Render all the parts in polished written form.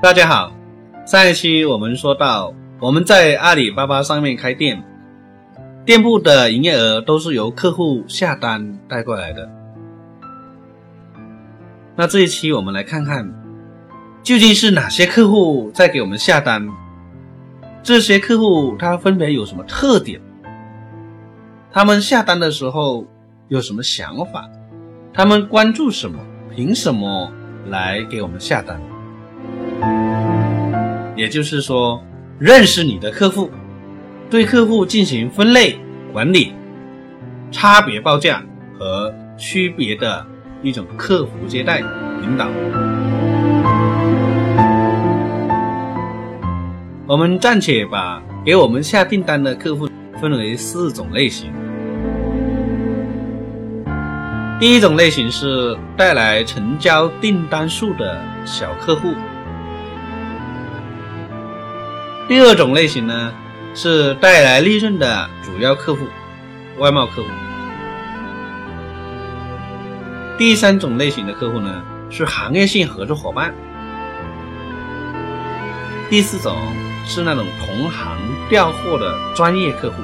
大家好，上一期我们说到我们在阿里巴巴上面开店，店铺的营业额都是由客户下单带过来的。那这一期我们来看看究竟是哪些客户在给我们下单，这些客户他分别有什么特点，他们下单的时候有什么想法，他们关注什么，凭什么来给我们下单。也就是说，认识你的客户，对客户进行分类管理，差别报价和区别的一种客服接待引导。我们暂且把给我们下订单的客户分为4种类型。第一种类型是带来成交订单数的小客户。第二种类型呢，是带来利润的主要客户，外贸客户。第三种类型的客户呢，是行业性合作伙伴。第四种是那种同行调货的专业客户。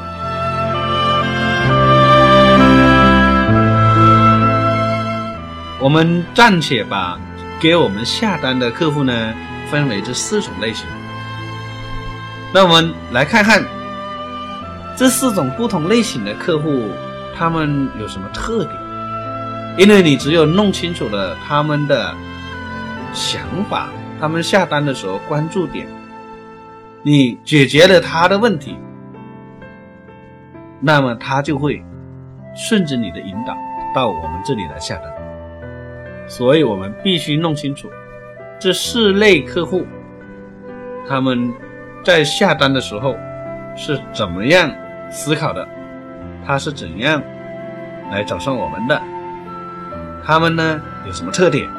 我们暂且把给我们下单的客户呢，分为这4种类型。那我们来看看这4种不同类型的客户，他们有什么特点。因为你只有弄清楚了他们的想法，他们下单的时候关注点，你解决了他的问题，那么他就会顺着你的引导到我们这里来下单。所以我们必须弄清楚这4类客户他们在下单的时候是怎么样思考的，他是怎样来找上我们的，他们呢有什么特点。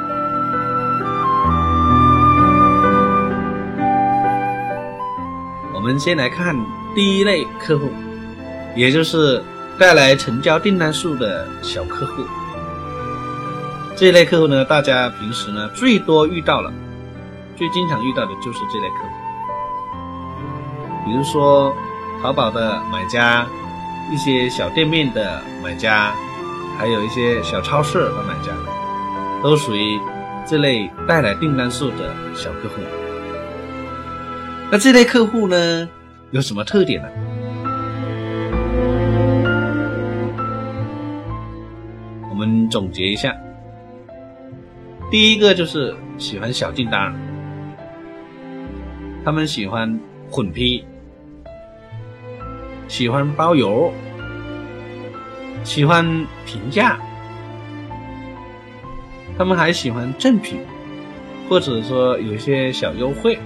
我们先来看第一类客户，也就是带来成交订单数的小客户。这一类客户呢，大家平时呢最多遇到了，最经常遇到的就是这类客户。比如说淘宝的买家，一些小店面的买家，还有一些小超市的买家，都属于这类带来订单数的小客户。那这类客户呢有什么特点呢？我们总结一下。第一个就是喜欢小订单，他们喜欢混批，喜欢包邮，喜欢平价，他们还喜欢正品，或者说有一些小优惠，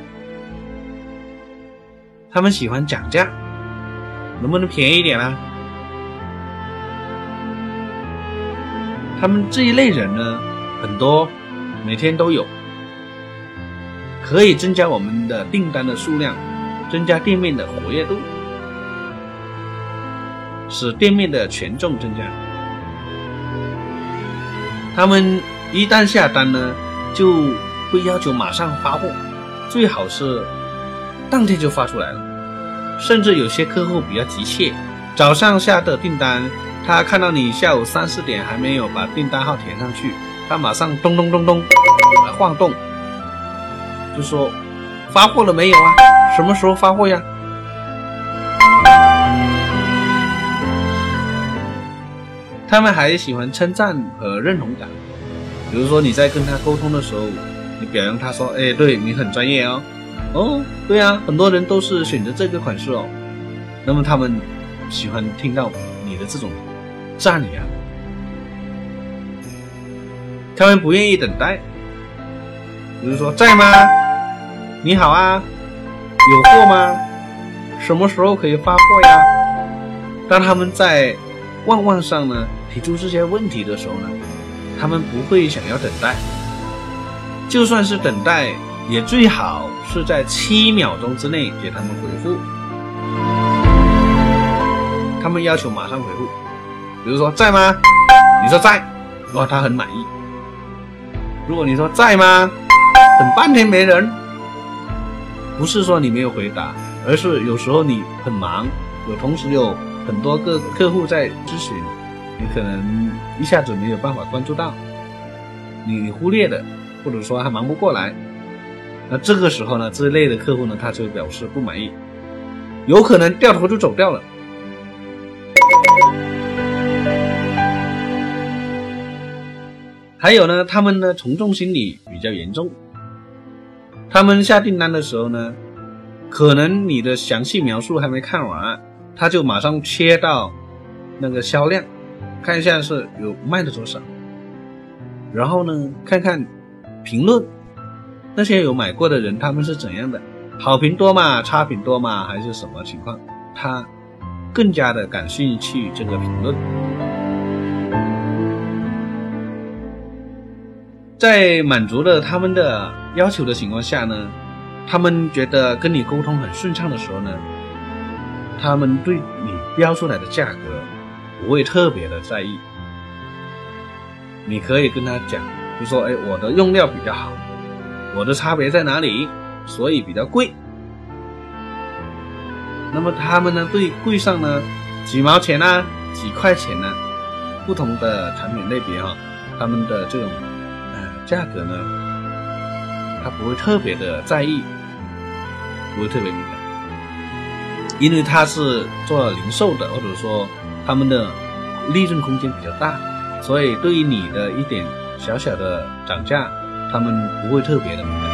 他们喜欢讲价，能不能便宜一点啊？他们这一类人呢很多，每天都有，可以增加我们的订单的数量，增加店面的活跃度，使店面的权重增加。他们一旦下单呢，就会要求马上发货，最好是当天就发出来了。甚至有些客户比较急切，早上下的订单，他看到你下午3、4点还没有把订单号填上去，他马上咚咚咚咚来晃动，就说发货了没有啊？什么时候发货呀？他们还喜欢称赞和认同感。比如说你在跟他沟通的时候，你表扬他说，哎，对，你很专业哦。哦，对啊，很多人都是选择这个款式哦。那么他们喜欢听到你的这种赞扬。他们不愿意等待，比如说在吗？你好啊，有货吗？什么时候可以发货呀？当他们在旺旺上呢提出这些问题的时候呢，他们不会想要等待，就算是等待，也最好是在7秒钟之内给他们回复。他们要求马上回复，比如说在吗？你说在，哇，他很满意。如果你说在吗？ 等半天没人，不是说你没有回答，而是有时候你很忙，同时有很多个客户在咨询，你可能一下子没有办法关注到，你忽略的，或者说还忙不过来。那这个时候呢，这一类的客户呢，他就表示不满意，有可能掉头就走掉了。还有呢，他们呢从众心理比较严重，他们下订单的时候呢，可能你的详细描述还没看完，他就马上切到那个销量，看一下是有卖的多少，然后呢看看评论，那些有买过的人他们是怎样的，好评多吗？差评多吗？还是什么情况？他更加的感兴趣这个评论。在满足了他们的要求的情况下呢，他们觉得跟你沟通很顺畅的时候呢，他们对你标出来的价格不会特别的在意。你可以跟他讲，就说我的用料比较好，我的差别在哪里，所以比较贵。那么他们呢，对贵上呢几毛钱啊几块钱呢，不同的产品类别他们的这种价格呢，他不会特别的在意，不会特别敏感，因为他是做零售的，或者说他们的利润空间比较大，所以对于你的一点小小的涨价，他们不会特别的敏感。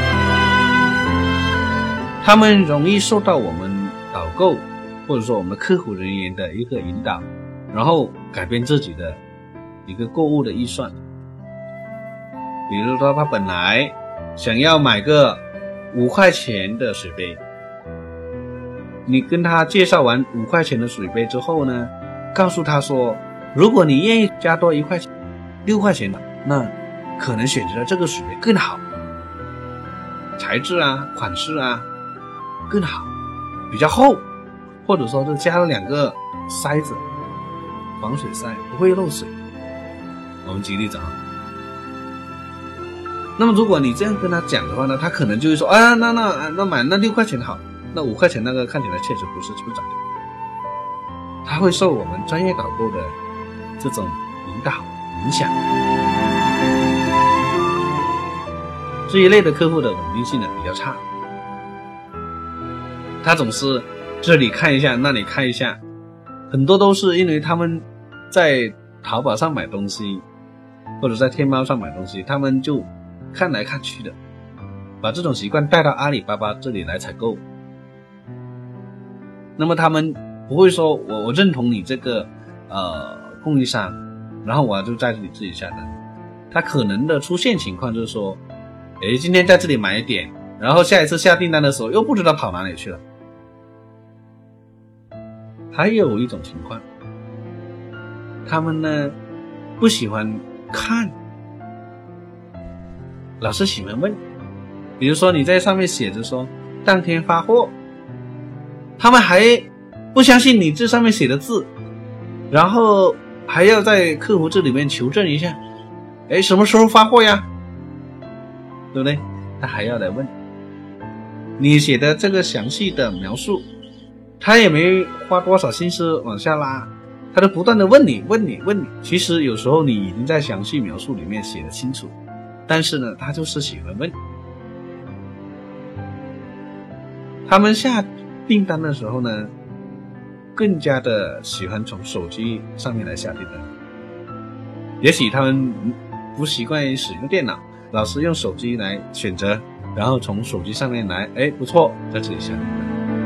他们容易受到我们导购或者说我们的客服人员的一个引导，然后改变自己的一个购物的预算。比如说他本来想要买个5块钱的水杯，你跟他介绍完5块钱的水杯之后呢，告诉他说，如果你愿意加多1块钱6块钱的，那可能选择这个水杯更好，材质啊款式啊更好，比较厚，或者说就加了2个塞子，防水塞，不会漏水。我们举例子那么如果你这样跟他讲的话呢，他可能就会说那买那6块钱好，那5块钱那个看起来确实不是这么涨的。他会受我们专业导购的这种引导影响。这一类的客户的稳定性呢比较差，他总是这里看一下那里看一下，很多都是因为他们在淘宝上买东西或者在天猫上买东西，他们就看来看去的，把这种习惯带到阿里巴巴这里来采购。那么他们不会说我认同你这个供应商，然后我就在这里自己下单。他可能的出现情况就是说，今天在这里买一点，然后下一次下订单的时候又不知道跑哪里去了。还有一种情况，他们呢不喜欢看，老是喜欢问。比如说你在上面写着说当天发货，他们还不相信你这上面写的字，然后还要在客服这里面求证一下，什么时候发货呀，对不对？他还要来问你写的这个详细的描述，他也没花多少心思往下拉，他都不断的问你。其实有时候你已经在详细描述里面写得清楚，但是呢他就是喜欢问。他们下订单的时候呢，更加的喜欢从手机上面来下订单。也许他们不习惯于使用电脑，老是用手机来选择，然后从手机上面来，不错，在这里下订单。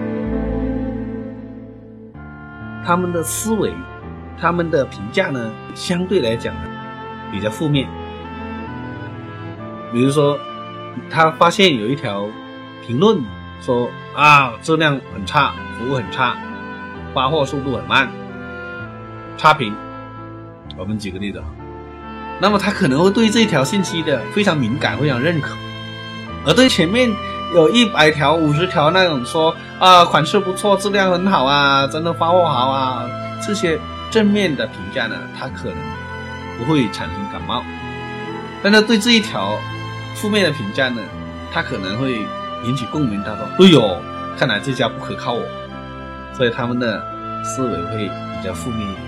他们的思维，他们的评价呢，相对来讲呢比较负面。比如说他发现有一条评论说质量很差，服务很差，发货速度很慢，差评。我们举个例子，那么他可能会对这条信息的非常敏感，非常认可，而对前面有100条50条那种说款式不错，质量很好啊，真的发货好啊，这些正面的评价呢，他可能不会产生感冒。但是对这一条负面的评价呢，他可能会引起共鸣。他说：“对哦，看来这家不可靠哦。”所以他们的思维会比较负面一点。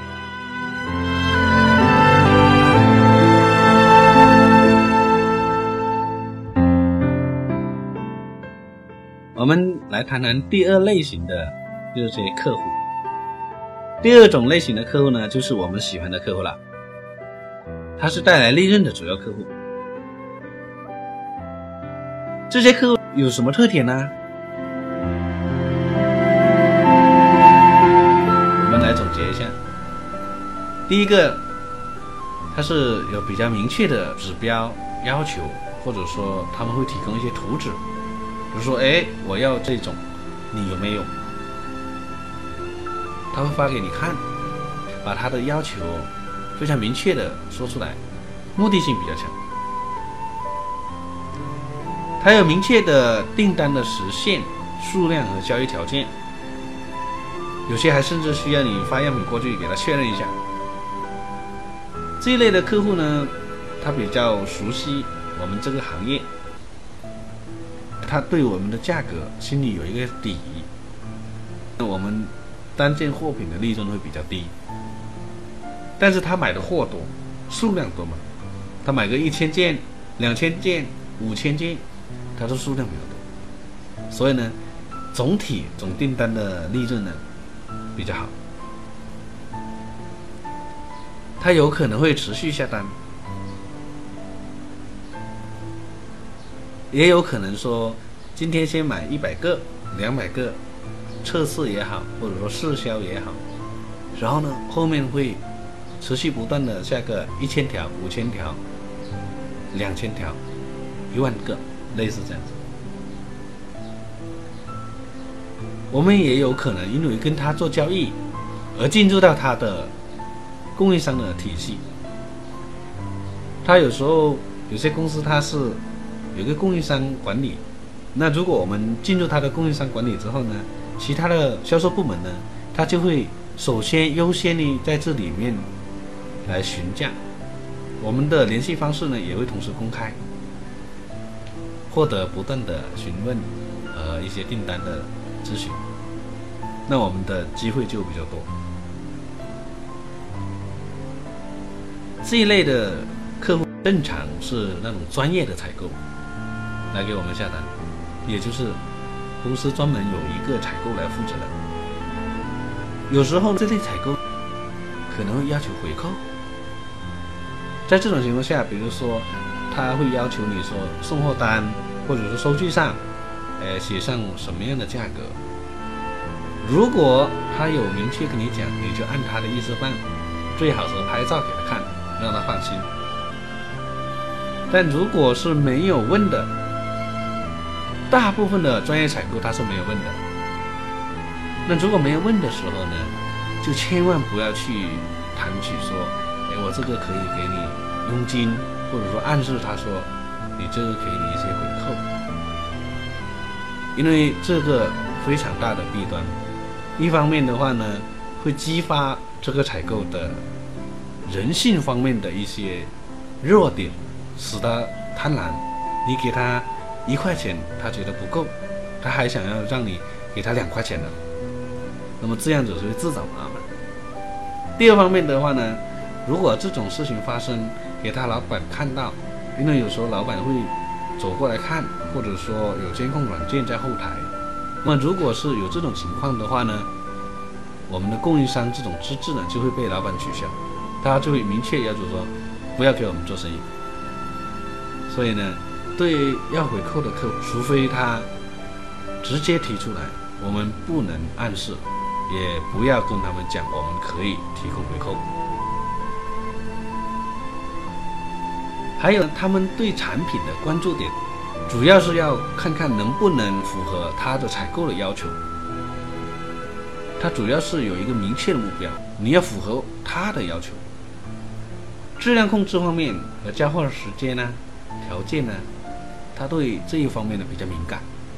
我们来谈谈第二类型的就是这些客户。第二种类型的客户呢，就是我们喜欢的客户了，它是带来利润的主要客户。这些客户有什么特点呢？我们来总结一下。第一个，它是有比较明确的指标要求，或者说他们会提供一些图纸，比如说我要这种，你有没有？他会发给你看，把他的要求非常明确的说出来，目的性比较强。他有明确的订单的实现数量和交易条件，有些还甚至需要你发样品过去给他确认一下。这一类的客户呢，他比较熟悉我们这个行业，他对我们的价格心里有一个底，我们单件货品的利润会比较低，但是他买的货多，数量多嘛，他买个1000件、2000件、5000件，他的数量比较多，所以呢，总订单的利润呢比较好，他有可能会持续下单，也有可能说今天先买100个、200个。测试也好，或者说试销也好，然后呢，后面会持续不断的下个1000条、5000条、2000条、10000个，类似这样子。我们也有可能因为跟他做交易而进入到他的供应商的体系。他有时候有些公司他是有个供应商管理，那如果我们进入他的供应商管理之后呢，其他的销售部门呢，他就会首先优先的在这里面来询价，我们的联系方式呢也会同时公开，获得不断的询问一些订单的咨询，那我们的机会就比较多。这一类的客户正常是那种专业的采购来给我们下单，也就是公司专门有一个采购来负责的。有时候这类采购可能会要求回扣，在这种情况下，比如说他会要求你说送货单或者是收据上写上什么样的价格，如果他有明确跟你讲，你就按他的意思办，最好是拍照给他看，让他放心。但如果是没有问的，大部分的专业采购他是没有问的。那如果没有问的时候呢，就千万不要去谈起说我这个可以给你佣金，或者说暗示他说你这个给你一些回扣，因为这个非常大的弊端。一方面的话呢，会激发这个采购的人性方面的一些弱点，使他贪婪，你给他1块钱他觉得不够，他还想要让你给他2块钱呢，那么这样子就会自找麻烦。第二方面的话呢，如果这种事情发生给他老板看到，因为有时候老板会走过来看，或者说有监控软件在后台，那么如果是有这种情况的话呢，我们的供应商这种资质呢就会被老板取消，他就会明确要求说不要给我们做生意。所以呢，对于要回扣的客户，除非他直接提出来，我们不能暗示，也不要跟他们讲我们可以提供回扣。还有他们对产品的关注点，主要是要看看能不能符合他的采购的要求。他主要是有一个明确的目标，你要符合他的要求。质量控制方面和交货时间呢、条件呢，他对这一方面呢比较敏感。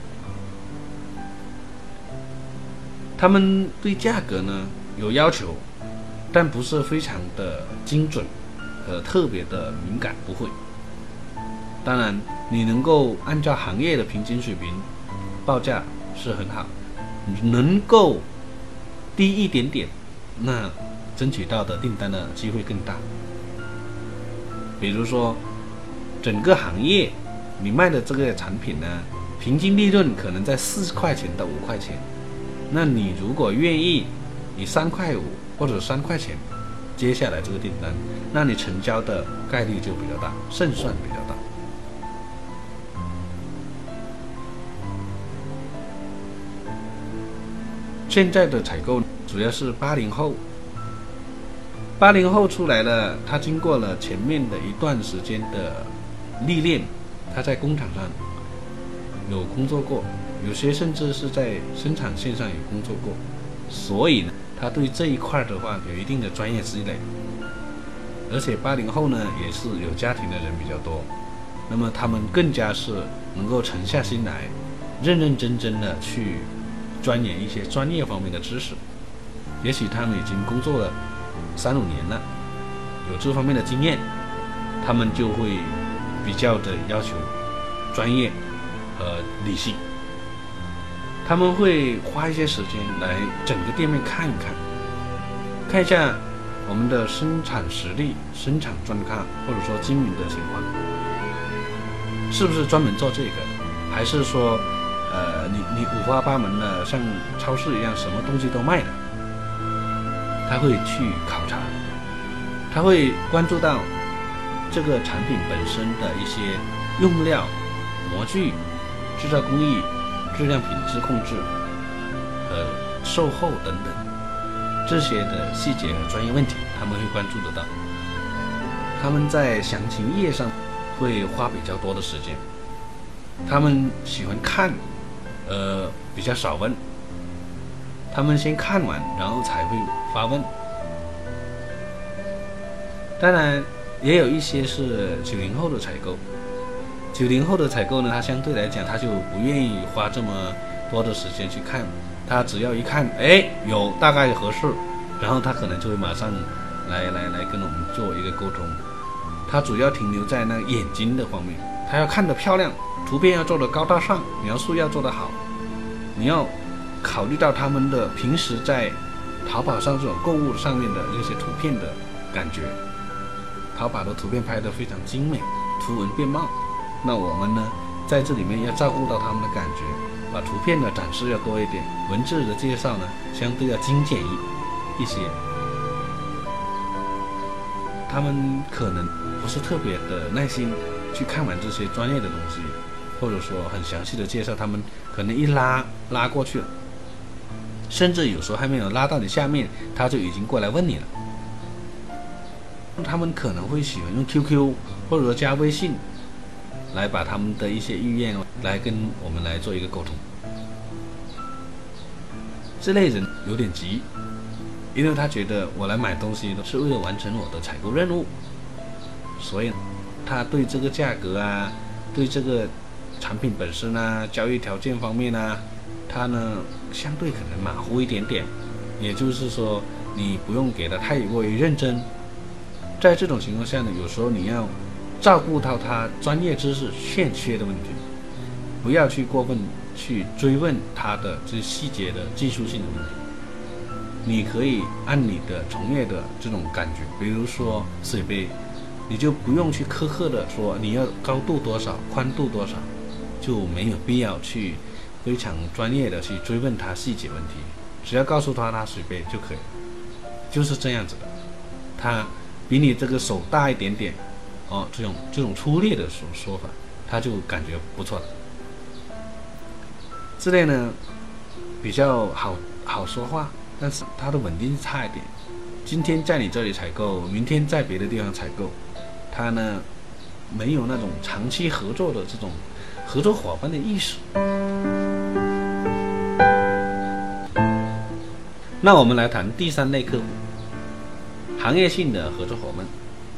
他们对价格呢有要求，但不是非常的精准和特别的敏感，不会。 当然，你能够按照行业的平均水平报价是很好，能够低一点点，那争取到的订单的机会更大。比如说，整个行业你卖的这个产品呢，平均利润可能在4块钱到5块钱，那你如果愿意以3.5块或者3块钱接下来这个订单，那你成交的概率就比较大，胜算比较大。现在的采购主要是80后，80后出来了，他经过了前面的一段时间的历练，他在工厂上有工作过，有些甚至是在生产线上有工作过，所以呢，他对这一块的话有一定的专业积累。而且80后呢，也是有家庭的人比较多，那么他们更加是能够沉下心来，认认真真的去钻研一些专业方面的知识。也许他们已经工作了3-5年了，有这方面的经验，他们就会比较的要求专业和理性。他们会花一些时间来整个店面看一看，看一下我们的生产实力、生产状况，或者说经营的情况，是不是专门做这个，还是说你五花八门的，像超市一样什么东西都卖的。他会去考察，他会关注到这个产品本身的一些用料、模具、制造工艺、质量品质控制和售后等等这些的细节和专业问题，他们会关注得到。他们在详情页上会花比较多的时间，他们喜欢看，比较少问。他们先看完，然后才会发问。当然，也有一些是90后的采购。90后的采购呢，他相对来讲，他就不愿意花这么多的时间去看，他只要一看，有大概合适，然后他可能就会马上来跟我们做一个沟通。他主要停留在那个眼睛的方面，他要看得漂亮，图片要做得高大上，描述要做得好，你要考虑到他们的平时在淘宝上这种购物上面的那些图片的感觉，淘宝的图片拍得非常精美，图文并茂。那我们呢，在这里面要照顾到他们的感觉，把图片的展示要多一点，文字的介绍呢相对要精简一些。他们可能不是特别的耐心去看完这些专业的东西，或者说很详细的介绍，他们可能一拉过去了，甚至有时候还没有拉到你下面，他就已经过来问你了。他们可能会喜欢用 QQ 或者说加微信来把他们的一些意愿来跟我们来做一个沟通。这类人有点急，因为他觉得我来买东西是为了完成我的采购任务，所以他对这个价格啊，对这个产品本身啊，交易条件方面啊，他呢相对可能马虎一点点，也就是说你不用给他太过于认真。在这种情况下呢，有时候你要照顾到他专业知识欠缺的问题，不要去过分去追问他的这细节的技术性的问题。你可以按你的从业的这种感觉，比如说水杯，你就不用去苛刻的说你要高度多少，宽度多少，就没有必要去非常专业的去追问他细节问题，只要告诉他水杯就可以，就是这样子的。他比你这个手大一点点，这种粗略的说法，他就感觉不错了。这类呢比较好说话，但是它的稳定性差一点。今天在你这里采购，明天在别的地方采购，它呢没有那种长期合作的这种合作伙伴的意识。那我们来谈第3类客户，行业性的合作伙伴。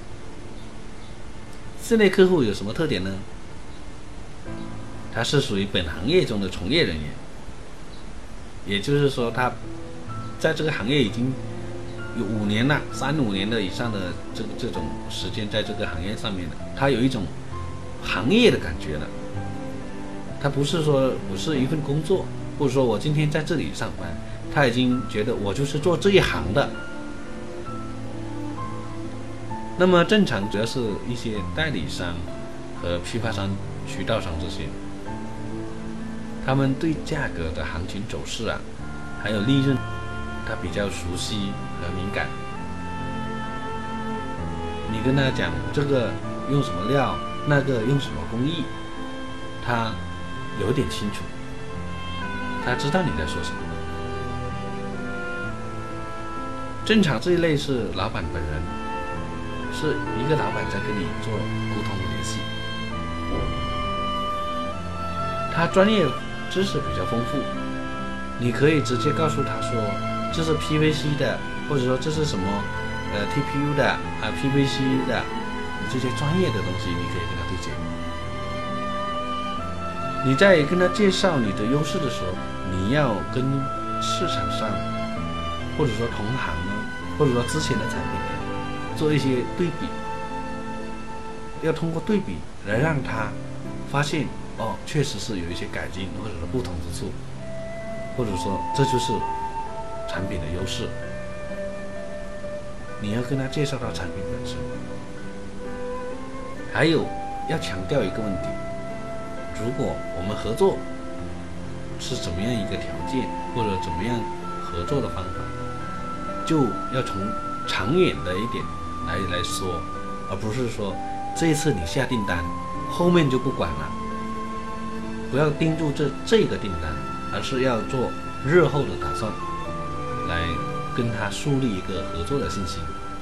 这类客户有什么特点呢？他是属于本行业中的从业人员，也就是说他在这个行业已经有5年了，3-5年的以上的这种时间在这个行业上面了，他有一种行业的感觉了。他不是说我是一份工作，或者说我今天在这里上班，他已经觉得我就是做这一行的。那么正常主要是一些代理商和批发商、渠道商这些，他们对价格的行情走势啊，还有利润，他比较熟悉和敏感。你跟他讲这个用什么料，那个用什么工艺，他有点清楚，他知道你在说什么。正常这一类是老板本人，是一个老板在跟你做沟通联系，他专业知识比较丰富，你可以直接告诉他说这是 PVC 的，或者说这是什么TPU 的PVC 的，这些专业的东西你可以跟他对接。你在跟他介绍你的优势的时候，你要跟市场上或者说同行或者说之前的产品做一些对比，要通过对比来让他发现确实是有一些改进或者说不同之处，或者说这就是产品的优势。你要跟他介绍到产品本身。还有要强调一个问题，如果我们合作是怎么样一个条件，或者怎么样合作的方法，就要从长远的一点来说，而不是说这一次你下订单后面就不管了，不要盯住这个订单，而是要做日后的打算，来跟他树立一个合作的信心。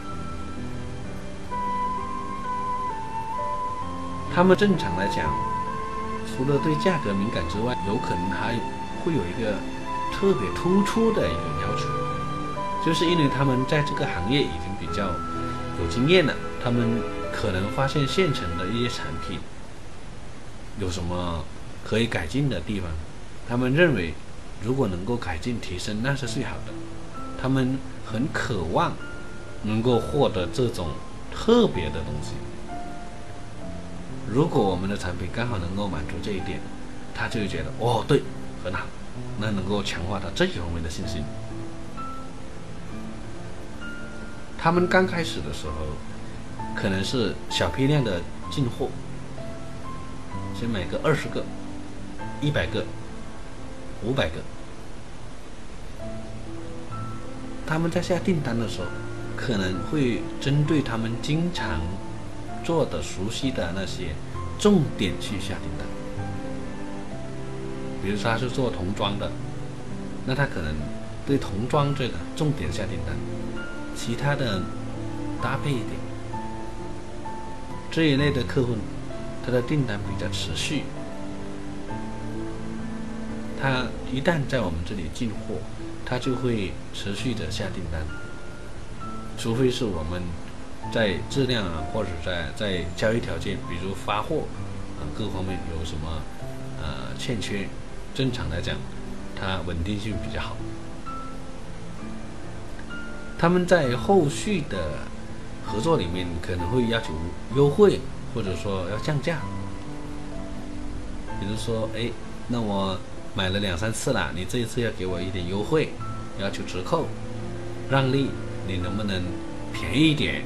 他们正常来讲，除了对价格敏感之外，有可能还会有一个特别突出的一个要求，就是因为他们在这个行业已经比较有经验了，他们可能发现现成的一些产品有什么可以改进的地方，他们认为如果能够改进提升，那是最好的。他们很渴望能够获得这种特别的东西。如果我们的产品刚好能够满足这一点，他就会觉得对，很好，那能够强化他这一方面的信心。他们刚开始的时候可能是小批量的进货，先买个20个、100个、500个。他们在下订单的时候，可能会针对他们经常做的熟悉的那些重点去下订单。比如说他是做童装的，那他可能对童装这个重点下订单，其他的搭配一点。这一类的客户，他的订单比较持续，他一旦在我们这里进货，他就会持续的下订单，除非是我们在质量或者在交易条件，比如发货各方面有什么欠缺，正常来讲它稳定性比较好。他们在后续的合作里面可能会要求优惠，或者说要降价。比如说那我买了2、3次了，你这一次要给我一点优惠，要求折扣让利，你能不能便宜一点？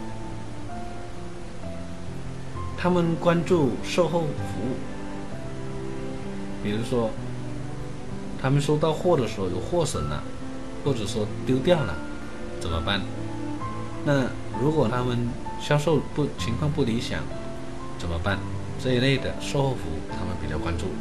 他们关注售后服务，比如说他们收到货的时候有货损了，或者说丢掉了怎么办？那如果他们销售情况不理想怎么办？这一类的售后服务他们比较关注。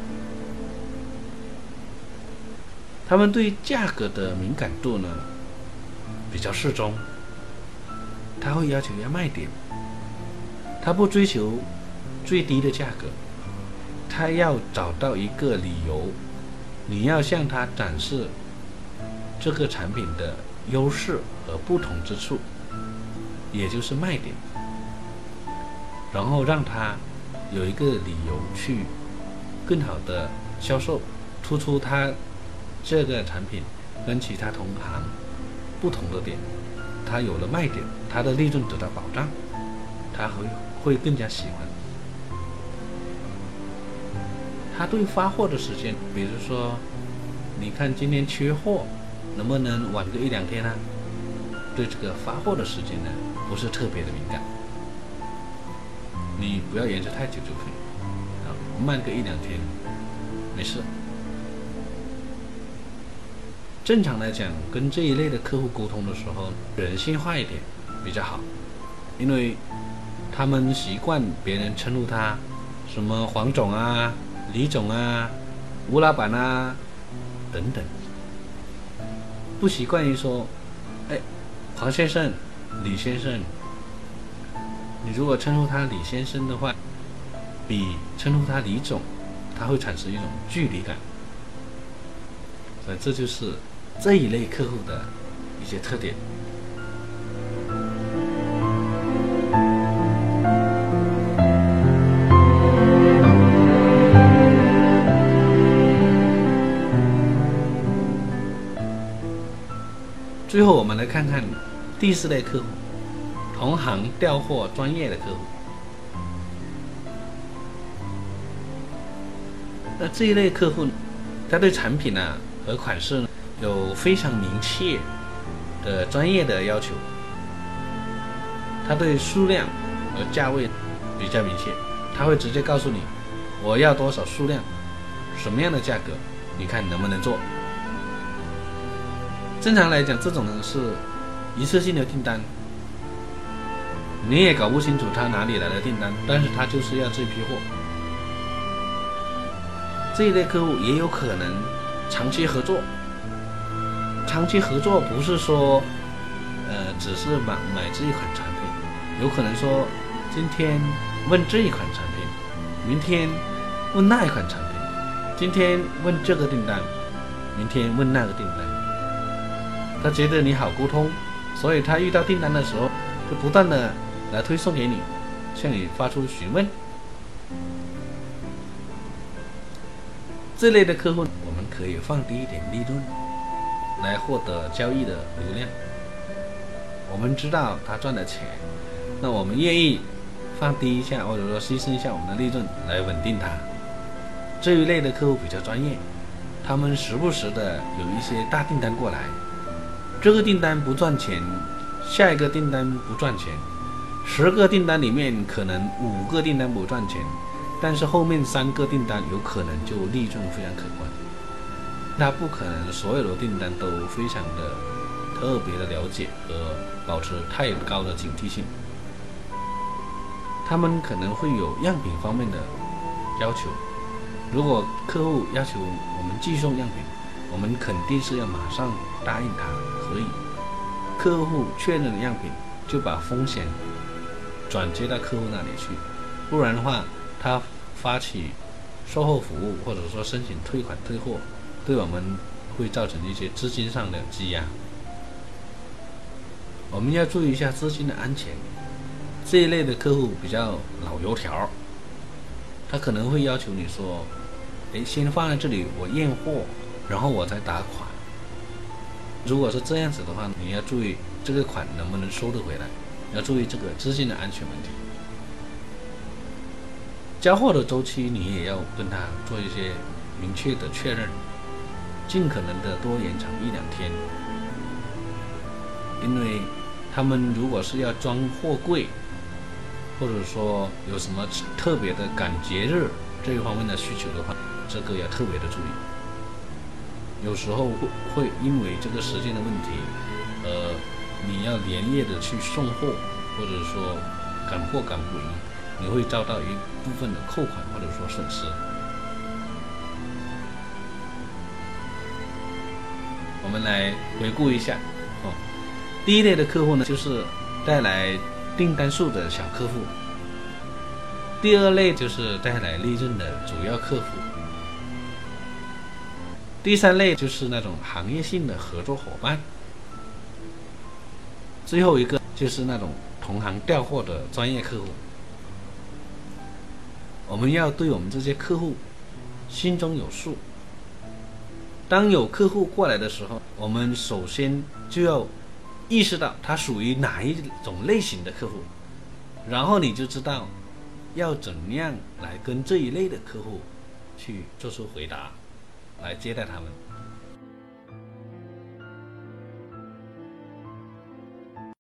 他们对价格的敏感度呢比较适中，他会要求要卖点，他不追求最低的价格，他要找到一个理由，你要向他展示这个产品的优势和不同之处，也就是卖点，然后让他有一个理由去更好的销售，突出他这个产品跟其他同行不同的点，他有了卖点，他的利润得到保障，他会更加喜欢。 他对发货的时间，比如说，你看今天缺货，能不能晚个1-2天呢？对这个发货的时间呢，不是特别的敏感，你不要延迟太久就可以，慢个1-2天，没事。正常来讲，跟这一类的客户沟通的时候，人性化一点比较好，因为他们习惯别人称呼他什么黄总啊、李总啊、吴老板啊等等，不习惯于说，哎，黄先生、李先生。你如果称呼他李先生的话，比称呼他李总，他会产生一种距离感。所以这就是这一类客户的一些特点。最后我们来看看第4类客户，同行调货专业的客户。那这一类客户，他对产品呢和款式呢有非常明确的专业的要求，他对数量和价位比较明确，他会直接告诉你我要多少数量，什么样的价格，你看能不能做。正常来讲，这种呢是一次性的订单，你也搞不清楚他哪里来的订单，但是他就是要这批货。这一类客户也有可能长期合作，长期合作不是说只是买这一款产品，有可能说今天问这一款产品，明天问那一款产品，今天问这个订单，明天问那个订单。他觉得你好沟通，所以他遇到订单的时候就不断的来推送给你，向你发出询问。这类的客户我们可以放低一点利润来获得交易的流量，我们知道他赚的钱，那我们愿意放低一下，或者说牺牲一下我们的利润来稳定他。这一类的客户比较专业，他们时不时的有一些大订单过来，这个订单不赚钱，下一个订单不赚钱，10个订单里面可能5个订单不赚钱，但是后面3个订单有可能就利润非常可观。他不可能所有的订单都非常的特别的了解和保持太高的警惕性，他们可能会有样品方面的要求。如果客户要求我们寄送样品，我们肯定是要马上答应他，可以。客户确认了样品，就把风险转接到客户那里去，不然的话，他发起售后服务或者说申请退款退货，对我们会造成一些资金上的积压。我们要注意一下资金的安全。这一类的客户比较老油条，他可能会要求你说，先放在这里我验货，然后我再打款。如果是这样子的话，你要注意这个款能不能收得回来，要注意这个资金的安全问题。交货的周期你也要跟他做一些明确的确认，尽可能的多延长1-2天，因为他们如果是要装货柜，或者说有什么特别的赶节日这一方面的需求的话，这个要特别的注意。有时候会因为这个时间的问题，你要连夜的去送货，或者说赶货赶不赢，你会遭到一部分的扣款或者说损失。我们来回顾一下，第一类的客户呢，就是带来订单数的小客户；第2类就是带来利润的主要客户；第3类就是那种行业性的合作伙伴；最后一个就是那种同行调货的专业客户。我们要对我们这些客户心中有数。当有客户过来的时候，我们首先就要意识到他属于哪一种类型的客户，然后你就知道要怎样来跟这一类的客户去做出回答，来接待他们。